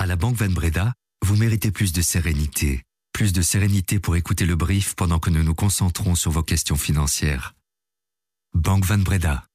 À la Banque Van Breda, vous méritez plus de sérénité. Plus de sérénité pour écouter le brief pendant que nous nous concentrons sur vos questions financières. Banque Van Breda.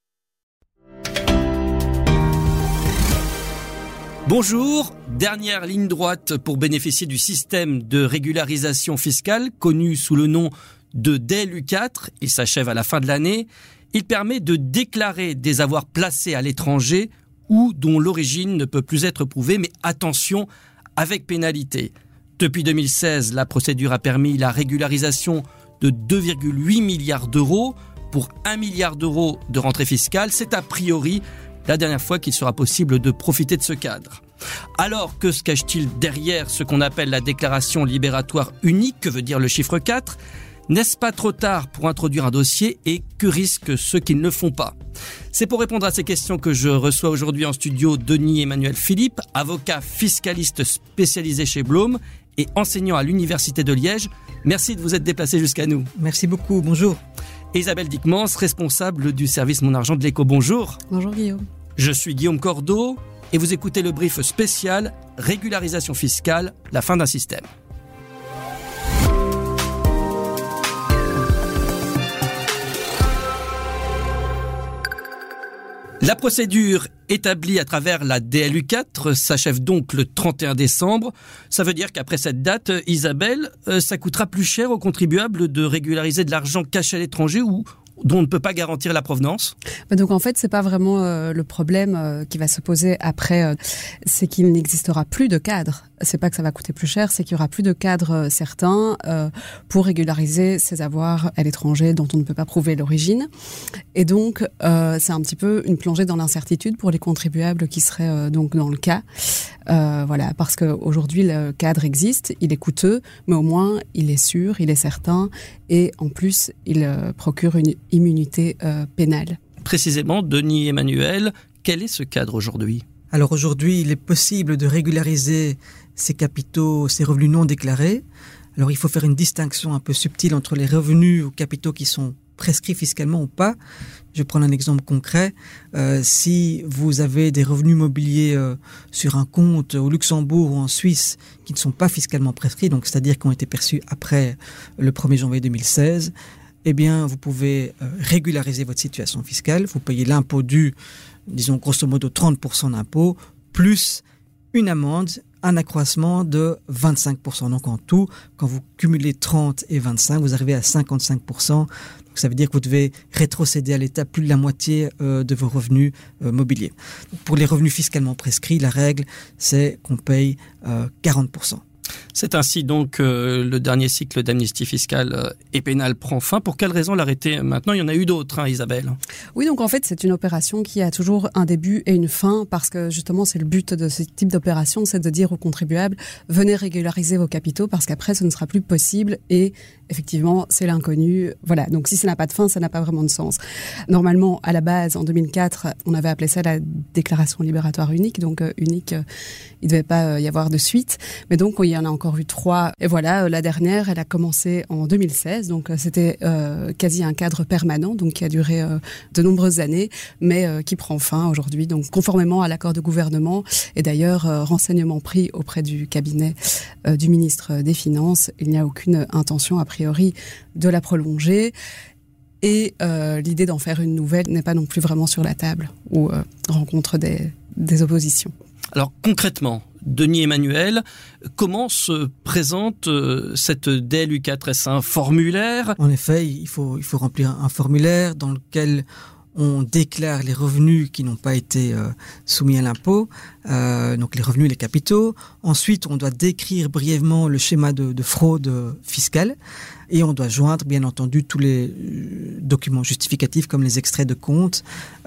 Bonjour, dernière ligne droite pour bénéficier du système de régularisation fiscale connu sous le nom de DLU4. Il s'achève à la fin de l'année. Il permet de déclarer des avoirs placés à l'étranger ou dont l'origine ne peut plus être prouvée, mais attention, avec pénalité. Depuis 2016, la procédure a permis la régularisation de 2,8 milliards d'euros pour 1 milliard d'euros de rentrée fiscale. C'est a priori la dernière fois qu'il sera possible de profiter de ce cadre. Alors, que se cache-t-il derrière ce qu'on appelle la déclaration libératoire unique? Que veut dire le chiffre 4 ? N'est-ce pas trop tard pour introduire un dossier et que risquent ceux qui ne le font pas? C'est pour répondre à ces questions que je reçois aujourd'hui en studio Denis-Emmanuel Philippe, avocat fiscaliste spécialisé chez Blaume et enseignant à l'Université de Liège. Merci de vous être déplacé jusqu'à nous. Merci beaucoup, bonjour. Et Isabelle Dickmans, responsable du service Mon Argent de l'Écho. Bonjour. Bonjour Guillaume. Je suis Guillaume Cordeau et vous écoutez le brief spécial Régularisation fiscale, la fin d'un système. La procédure établie à travers la DLU4 s'achève donc le 31 décembre. Ça veut dire qu'après cette date, Isabelle, ça coûtera plus cher aux contribuables de régulariser de l'argent caché à l'étranger ou dont on ne peut pas garantir la provenance? Donc en fait, c'est pas vraiment le problème qui va se poser après, c'est qu'il n'existera plus de cadre. C'est pas que ça va coûter plus cher, c'est qu'il y aura plus de cadre certains pour régulariser ces avoirs à l'étranger dont on ne peut pas prouver l'origine. Et donc c'est un petit peu une plongée dans l'incertitude pour les contribuables qui seraient donc dans le cas. Voilà, parce qu'aujourd'hui le cadre existe, il est coûteux, mais au moins il est sûr, il est certain, et en plus il procure une immunité pénale. Précisément, Denis-Emmanuel, quel est ce cadre aujourd'hui? Alors aujourd'hui, il est possible de régulariser ces capitaux, ces revenus non déclarés. Alors il faut faire une distinction un peu subtile entre les revenus ou capitaux qui sont prescrits fiscalement ou pas. Je vais prendre un exemple concret. Si vous avez des revenus mobiliers sur un compte au Luxembourg ou en Suisse qui ne sont pas fiscalement prescrits, donc c'est-à-dire qui ont été perçus après le 1er janvier 2016, eh bien, vous pouvez régulariser votre situation fiscale. Vous payez l'impôt dû, disons grosso modo 30% d'impôt, plus une amende, un accroissement de 25%. Donc en tout, quand vous cumulez 30 et 25, vous arrivez à 55%. Donc ça veut dire que vous devez rétrocéder à l'État plus de la moitié de vos revenus mobiliers. Donc, pour les revenus fiscalement prescrits, la règle, c'est qu'on paye 40%. C'est ainsi donc le dernier cycle d'amnistie fiscale et pénale prend fin. Pour quelle raison l'arrêter maintenant? Il y en a eu d'autres, Isabelle. Oui, donc en fait, c'est une opération qui a toujours un début et une fin, parce que justement, c'est le but de ce type d'opération, c'est de dire aux contribuables, venez régulariser vos capitaux, parce qu'après, ce ne sera plus possible et effectivement, c'est l'inconnu. Voilà, donc si ça n'a pas de fin, ça n'a pas vraiment de sens. Normalement, à la base, en 2004, on avait appelé ça la déclaration libératoire unique, donc unique, il ne devait pas y avoir de suite, mais donc il y en a encore eu 3. Et voilà, la dernière, elle a commencé en 2016, donc c'était quasi un cadre permanent, donc qui a duré de nombreuses années, mais qui prend fin aujourd'hui, donc conformément à l'accord de gouvernement. Et d'ailleurs, renseignement pris auprès du cabinet du ministre des Finances, il n'y a aucune intention a priori de la prolonger. Et l'idée d'en faire une nouvelle n'est pas non plus vraiment sur la table ou rencontre des oppositions. Alors concrètement, Denis-Emmanuel, comment se présente cette DLU4? Est-ce un formulaire? En effet, il faut remplir un formulaire dans lequel on déclare les revenus qui n'ont pas été soumis à l'impôt, donc les revenus et les capitaux. Ensuite, on doit décrire brièvement le schéma de fraude fiscale. Et on doit joindre, bien entendu, tous les documents justificatifs comme les extraits de compte.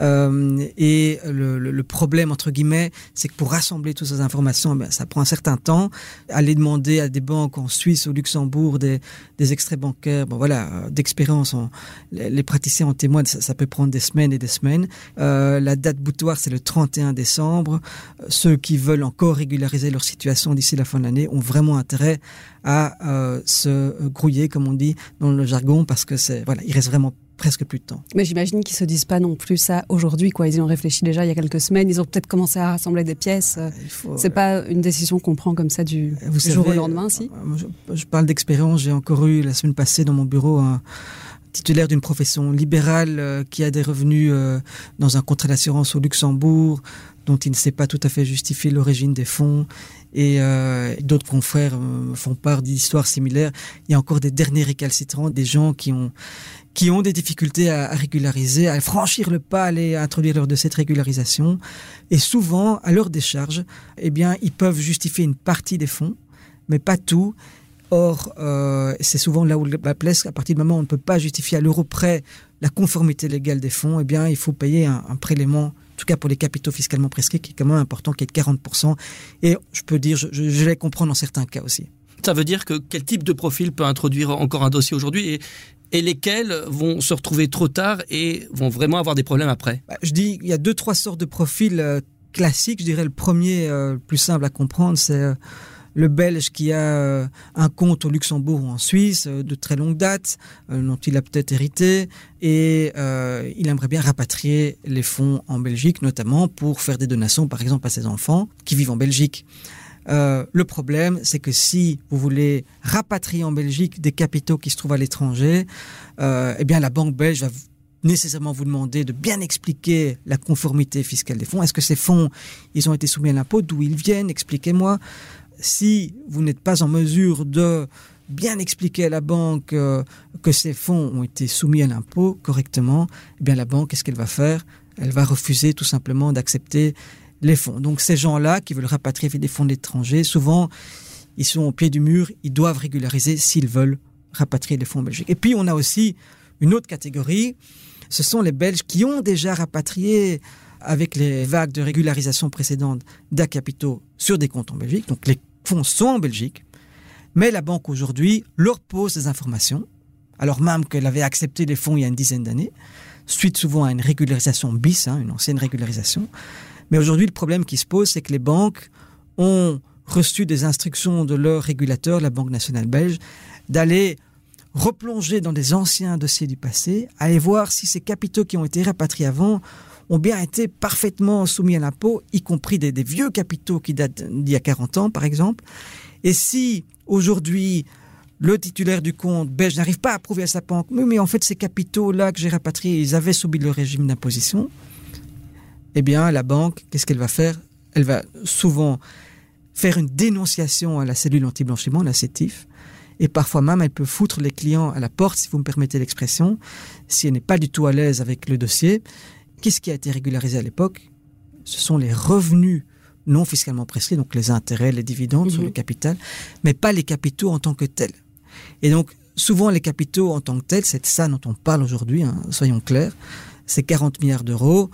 Et le problème, entre guillemets, c'est que pour rassembler toutes ces informations, ça prend un certain temps. Aller demander à des banques en Suisse, au Luxembourg, des extraits bancaires, d'expérience, les praticiens en témoignent, ça peut prendre des semaines et des semaines. La date butoir, c'est le 31 décembre. Ceux qui veulent encore régulariser leur situation d'ici la fin de l'année ont vraiment intérêt à se grouiller, comme on dit dans le jargon, parce que il reste vraiment presque plus de temps. Mais j'imagine qu'ils se disent pas non plus ça aujourd'hui, quoi. Ils y ont réfléchi déjà il y a quelques semaines. Ils ont peut-être commencé à rassembler des pièces. C'est pas une décision qu'on prend comme ça du jour au lendemain, si. Je parle d'expérience. J'ai encore eu la semaine passée dans mon bureau un titulaire d'une profession libérale qui a des revenus dans un contrat d'assurance au Luxembourg, dont il ne sait pas tout à fait justifier l'origine des fonds. Et d'autres confrères font part d'histoires similaires. Il y a encore des derniers récalcitrants, des gens qui ont des difficultés à régulariser, à franchir le pas, à aller introduire leur dossier de régularisation. Et souvent, à leur décharge, eh bien, ils peuvent justifier une partie des fonds, mais pas tout. Or, c'est souvent là où le bât blesse. À partir du moment où on ne peut pas justifier à l'euro près la conformité légale des fonds, eh bien, il faut payer un prélèvement, en tout cas pour les capitaux fiscalement prescrits, qui est quand même important, qui est de 40%. Et je peux dire, je les comprends dans certains cas aussi. Ça veut dire que quel type de profil peut introduire encore un dossier aujourd'hui et lesquels vont se retrouver trop tard et vont vraiment avoir des problèmes après? Je dis, il y a 2-3 sortes de profils classiques. Je dirais le premier, le plus simple à comprendre, c'est le Belge qui a un compte au Luxembourg ou en Suisse de très longue date, dont il a peut-être hérité, et il aimerait bien rapatrier les fonds en Belgique, notamment pour faire des donations, par exemple, à ses enfants qui vivent en Belgique. Le problème, c'est que si vous voulez rapatrier en Belgique des capitaux qui se trouvent à l'étranger, eh bien la banque belge va nécessairement vous demander de bien expliquer la conformité fiscale des fonds. Est-ce que ces fonds, ils ont été soumis à l'impôt? D'où ils viennent? Expliquez-moi. Si vous n'êtes pas en mesure de bien expliquer à la banque que ces fonds ont été soumis à l'impôt correctement, eh bien la banque, qu'est-ce qu'elle va faire? Elle va refuser tout simplement d'accepter les fonds. Donc ces gens-là qui veulent rapatrier des fonds de l'étranger, souvent ils sont au pied du mur, ils doivent régulariser s'ils veulent rapatrier les fonds en Belgique. Et puis on a aussi une autre catégorie, ce sont les Belges qui ont déjà rapatrié avec les vagues de régularisation précédentes des capitaux sur des comptes en Belgique. Donc les fonds sont en Belgique, mais la banque aujourd'hui leur pose des informations, alors même qu'elle avait accepté les fonds il y a une dizaine d'années, suite souvent à une régularisation bis, une ancienne régularisation. Mais aujourd'hui, le problème qui se pose, c'est que les banques ont reçu des instructions de leur régulateur, la Banque nationale belge, d'aller replonger dans des anciens dossiers du passé, aller voir si ces capitaux qui ont été rapatriés avant ont bien été parfaitement soumis à l'impôt, y compris des vieux capitaux qui datent d'il y a 40 ans, par exemple. Et si, aujourd'hui, le titulaire du compte belge n'arrive pas à prouver à sa banque, mais en fait, ces capitaux-là que j'ai rapatriés, ils avaient subi le régime d'imposition, eh bien, la banque, qu'est-ce qu'elle va faire? Elle va souvent faire une dénonciation à la cellule anti-blanchiment, la CETIF, et parfois même, elle peut foutre les clients à la porte, si vous me permettez l'expression, si elle n'est pas du tout à l'aise avec le dossier. Qu'est-ce qui a été régularisé à l'époque? Ce sont les revenus non fiscalement prescrits, donc les intérêts, les dividendes sur le capital, mais pas les capitaux en tant que tels. Et donc, souvent, les capitaux en tant que tels, c'est ça dont on parle aujourd'hui, soyons clairs, c'est 40 milliards d'euros,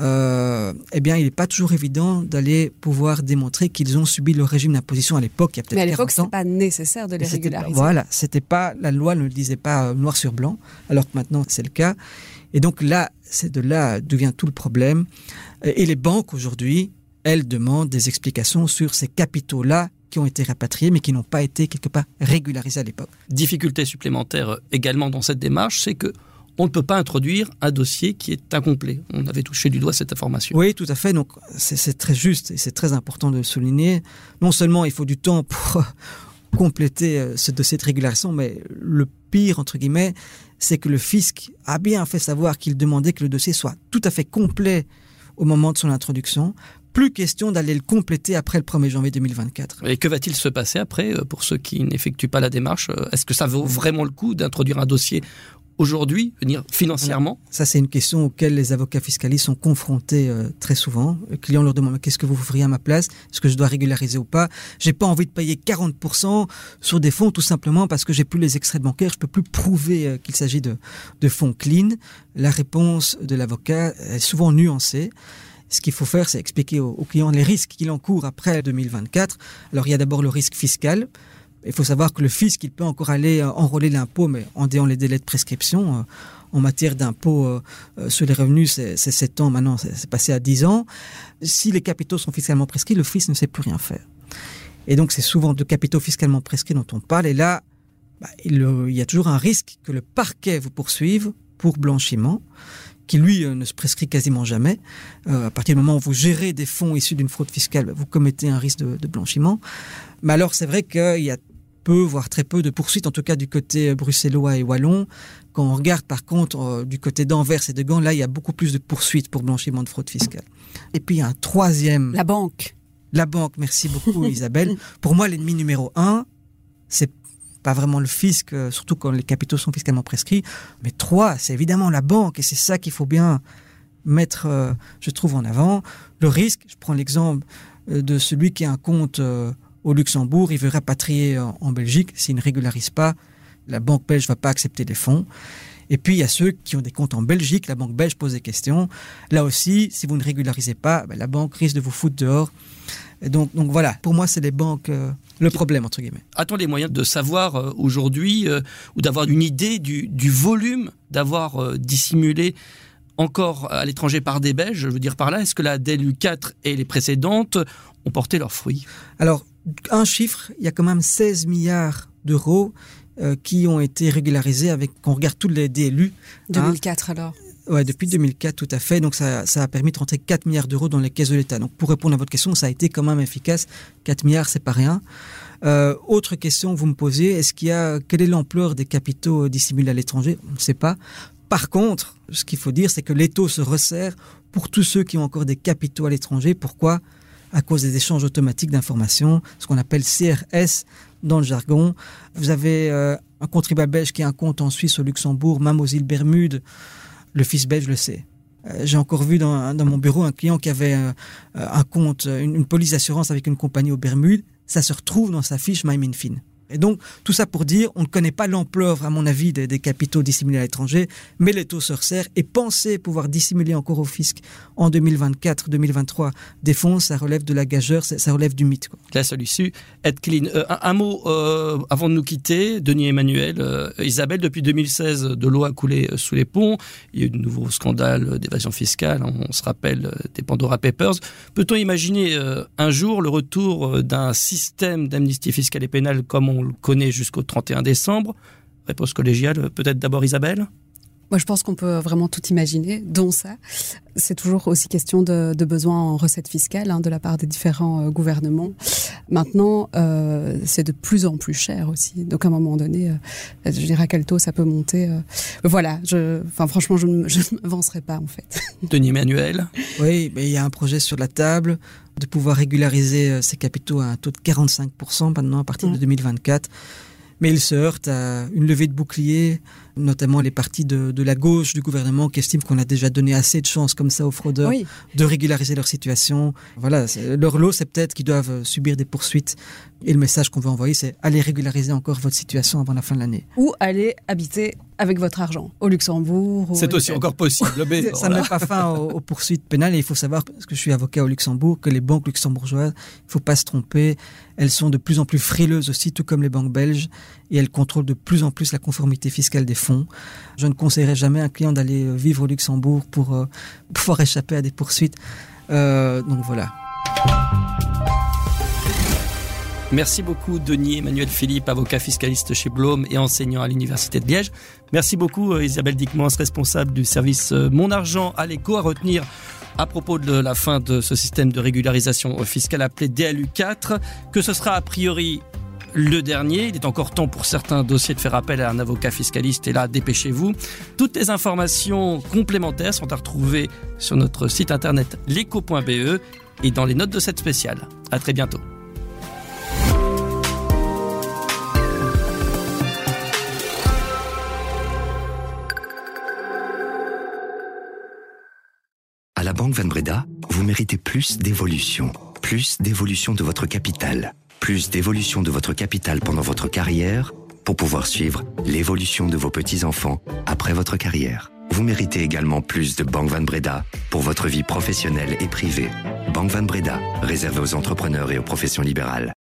eh bien, il n'est pas toujours évident d'aller pouvoir démontrer qu'ils ont subi le régime d'imposition à l'époque, il y a peut-être 40 ans. Mais à l'époque, ce n'était pas nécessaire de les régulariser. Voilà, c'était pas, la loi ne le disait pas noir sur blanc, alors que maintenant, c'est le cas. Et donc là, c'est de là d'où vient tout le problème. Et les banques, aujourd'hui, elles demandent des explications sur ces capitaux-là qui ont été rapatriés, mais qui n'ont pas été quelque part régularisés à l'époque. Difficulté supplémentaire également dans cette démarche, c'est que on ne peut pas introduire un dossier qui est incomplet. On avait touché du doigt cette information. Oui, tout à fait. Donc, c'est très juste et c'est très important de le souligner. Non seulement il faut du temps pour compléter ce dossier de régularisation, mais le pire, entre guillemets, c'est que le fisc a bien fait savoir qu'il demandait que le dossier soit tout à fait complet au moment de son introduction. Plus question d'aller le compléter après le 1er janvier 2024. Et que va-t-il se passer après pour ceux qui n'effectuent pas la démarche? Est-ce que ça vaut vraiment le coup d'introduire un dossier aujourd'hui, venir financièrement? Ça, c'est une question auquel les avocats fiscalistes sont confrontés très souvent. Le client leur demande « Qu'est-ce que vous feriez à ma place? Est-ce que je dois régulariser ou pas ?» J'ai pas envie de payer 40% sur des fonds tout simplement parce que j'ai plus les extraits bancaires, je peux plus prouver qu'il s'agit de fonds clean. La réponse de l'avocat est souvent nuancée. Ce qu'il faut faire, c'est expliquer au client les risques qu'il encourt après 2024. Alors, il y a d'abord le risque fiscal. Il faut savoir que le fisc, il peut encore aller enrôler l'impôt, mais en déant les délais de prescription. En matière d'impôt sur les revenus, c'est 7 ans, maintenant c'est passé à 10 ans. Si les capitaux sont fiscalement prescrits, le fisc ne sait plus rien faire. Et donc c'est souvent de capitaux fiscalement prescrits dont on parle. Et là, il y a toujours un risque que le parquet vous poursuive pour blanchiment, qui lui ne se prescrit quasiment jamais. À partir du moment où vous gérez des fonds issus d'une fraude fiscale, vous commettez un risque de blanchiment. Mais alors c'est vrai qu'il y a peu, voire très peu de poursuites, en tout cas du côté bruxellois et wallon. Quand on regarde par contre du côté d'Anvers et de Gand, là il y a beaucoup plus de poursuites pour blanchiment de fraude fiscale. Et puis il y a un troisième... La banque. La banque, merci beaucoup Isabelle. Pour moi l'ennemi numéro 1, c'est pas vraiment le fisc, surtout quand les capitaux sont fiscalement prescrits, mais 3, c'est évidemment la banque, et c'est ça qu'il faut bien mettre, je trouve, en avant. Le risque, je prends l'exemple de celui qui a un compte au Luxembourg, il veut rapatrier en Belgique, s'il ne régularise pas, la banque belge ne va pas accepter les fonds. Et puis il y a ceux qui ont des comptes en Belgique, la banque belge pose des questions. Là aussi, si vous ne régularisez pas, la banque risque de vous foutre dehors. Et donc voilà, pour moi c'est les banques le problème, entre guillemets. A-t-on les moyens de savoir aujourd'hui ou d'avoir une idée du volume d'avoir dissimulé encore à l'étranger par des Belges? Je veux dire par là, est-ce que la DLU4 et les précédentes ont porté leurs fruits? Alors, un chiffre, il y a quand même 16 milliards d'euros qui ont été régularisés avec, quand on regarde tous les DLU. 2004 alors? Ouais, depuis 2004, tout à fait. Donc ça a permis de rentrer 4 milliards d'euros dans les caisses de l'État. Donc pour répondre à votre question, ça a été quand même efficace. 4 milliards, c'est pas rien. Autre question que vous me posez, quelle est l'ampleur des capitaux dissimulés à l'étranger? On ne sait pas. Par contre, ce qu'il faut dire, c'est que l'étau se resserre pour tous ceux qui ont encore des capitaux à l'étranger. Pourquoi? À cause des échanges automatiques d'informations, ce qu'on appelle CRS dans le jargon. Vous avez un contribuable belge qui a un compte en Suisse, au Luxembourg, même aux îles Bermudes. Le fisc belge le sait. J'ai encore vu dans mon bureau un client qui avait un compte, une police d'assurance avec une compagnie aux Bermudes. Ça se retrouve dans sa fiche MyMinFin. Et donc, tout ça pour dire, on ne connaît pas l'ampleur, à mon avis, des capitaux dissimulés à l'étranger, mais les taux se resserrent, et penser pouvoir dissimuler encore au fisc en 2024, 2023 des fonds, ça relève de la gageure, ça relève du mythe, quoi. La solution, être clean. Un mot avant de nous quitter, Denis Emmanuel, Isabelle, depuis 2016, de l'eau a coulé sous les ponts, il y a eu de nouveaux scandales d'évasion fiscale, on se rappelle des Pandora Papers. Peut-on imaginer un jour le retour d'un système d'amnistie fiscale et pénale comme on le connaît jusqu'au 31 décembre? Réponse collégiale, peut-être d'abord Isabelle? Moi, je pense qu'on peut vraiment tout imaginer, dont ça. C'est toujours aussi question de besoins en recettes fiscales de la part des différents gouvernements. Maintenant, c'est de plus en plus cher aussi. Donc, à un moment donné, je dirais à quel taux ça peut monter. Voilà, franchement, je ne m'avancerai pas, en fait. Denis Emmanuel? Oui, mais il y a un projet sur la table de pouvoir régulariser ces capitaux à un taux de 45% maintenant à partir de 2024. Mais il se heurte à une levée de bouclier, notamment les partis de la gauche du gouvernement qui estiment qu'on a déjà donné assez de chance comme ça aux fraudeurs de régulariser leur situation. Voilà, leur lot, c'est peut-être qu'ils doivent subir des poursuites. Et le message qu'on veut envoyer, c'est allez régulariser encore votre situation avant la fin de l'année. Ou allez habiter avec votre argent au Luxembourg. C'est aussi encore possible. Mais ça ne met pas fin aux poursuites pénales. Et il faut savoir, parce que je suis avocat au Luxembourg, que les banques luxembourgeoises, il ne faut pas se tromper, elles sont de plus en plus frileuses aussi, tout comme les banques belges, et elles contrôlent de plus en plus la conformité fiscale des fonds. Je ne conseillerais jamais à un client d'aller vivre au Luxembourg pour pouvoir échapper à des poursuites. Donc voilà. Merci beaucoup Denis Emmanuel Philippe, avocat fiscaliste chez Blaume et enseignant à l'Université de Liège. Merci beaucoup Isabelle Dickmans, responsable du service Mon Argent à l'Écho, à retenir à propos de la fin de ce système de régularisation fiscale appelé DLU4, que ce sera a priori le dernier. Il est encore temps pour certains dossiers de faire appel à un avocat fiscaliste et là, dépêchez-vous. Toutes les informations complémentaires sont à retrouver sur notre site internet leco.be et dans les notes de cette spéciale. À très bientôt. À la Banque Van Breda, vous méritez plus d'évolution de votre capital, plus d'évolution de votre capital pendant votre carrière pour pouvoir suivre l'évolution de vos petits-enfants après votre carrière. Vous méritez également plus de Banque Van Breda pour votre vie professionnelle et privée. Banque Van Breda, réservée aux entrepreneurs et aux professions libérales.